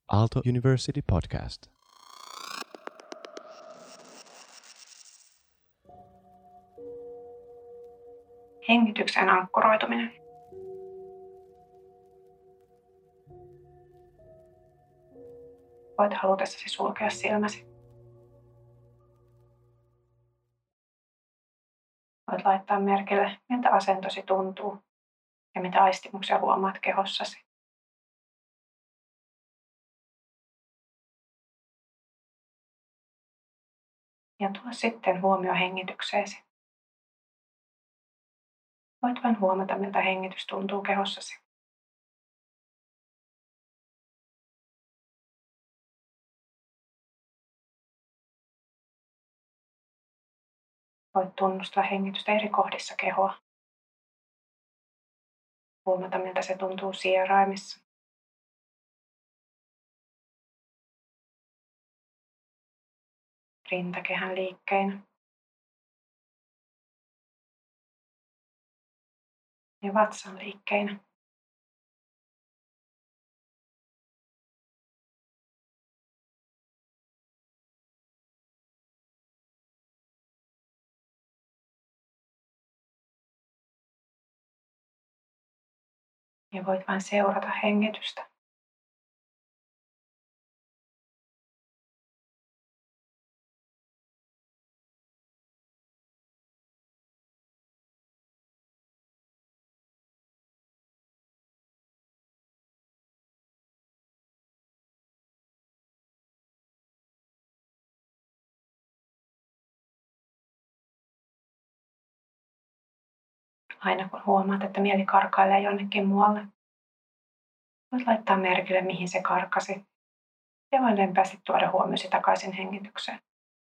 Aalto University Podcast. Hengitykseen ankkuroituminen. Voit halutessasi sulkea silmäsi. Voit laittaa merkille, miltä asentosi tuntuu ja mitä aistimuksia huomaat kehossasi. Ja tuo sitten huomio hengitykseesi. Voit vain huomata, miltä hengitys tuntuu kehossasi. Voit tunnustaa hengitystä eri kohdissa kehoa. Huomata, miltä se tuntuu sieraimissa. Rintakehän liikkeinä. Ja vatsan liikkeinä. Ja voit vain seurata hengitystä. Aina kun huomaat, että mieli karkailee jonnekin muualle, voit laittaa merkille, mihin se karkasi. Ja voin lempeästi tuoda huomiosi takaisin hengitykseen.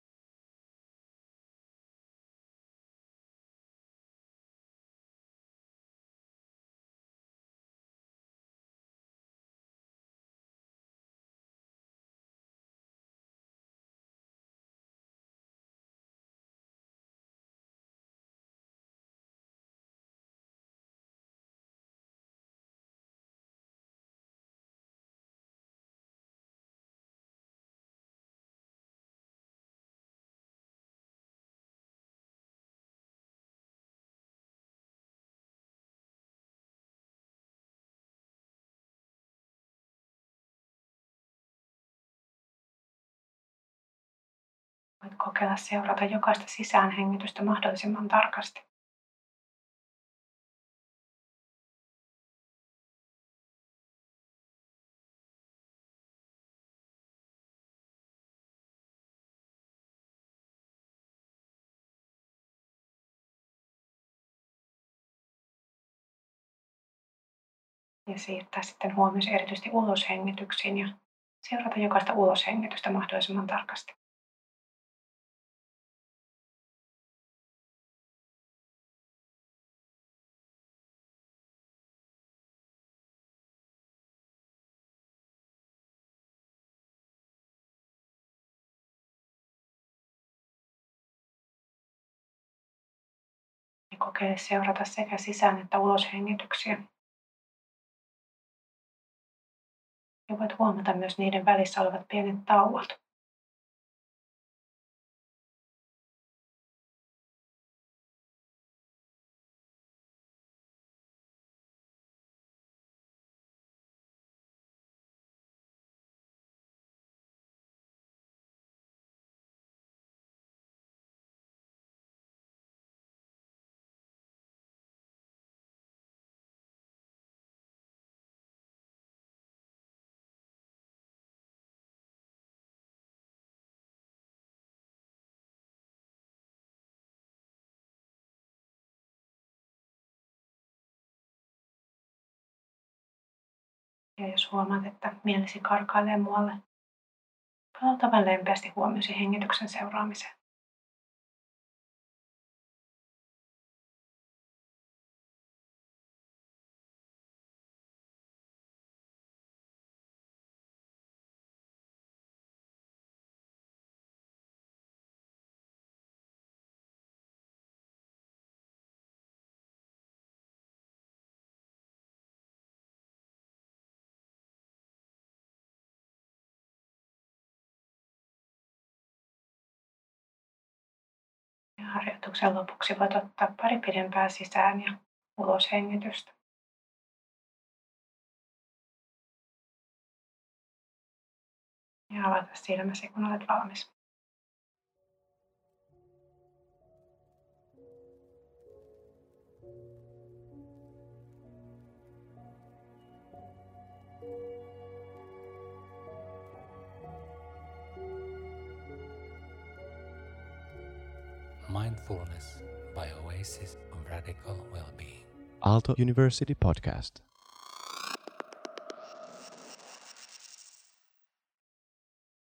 Voit kokeilla seurata jokaista sisäänhengitystä mahdollisimman tarkasti. Ja siirtää sitten huomiosi erityisesti uloshengityksiin ja seurata jokaista uloshengitystä mahdollisimman tarkasti. Ja kokeile seurata sekä sisään- että uloshengityksiä. Ja voit huomata myös niiden välissä olevat pienet tauot. Ja jos huomaat, että mielesi karkailee muualle, palauta vain lempeästi huomiosi hengityksen seuraamiseen. Harjoituksen lopuksi voit ottaa pari pidempää sisään ja ulos hengitystä. Ja avata silmäsi, kun olet valmis. Mindfulness by Oasis of Radical Well-Being. Aalto University Podcast.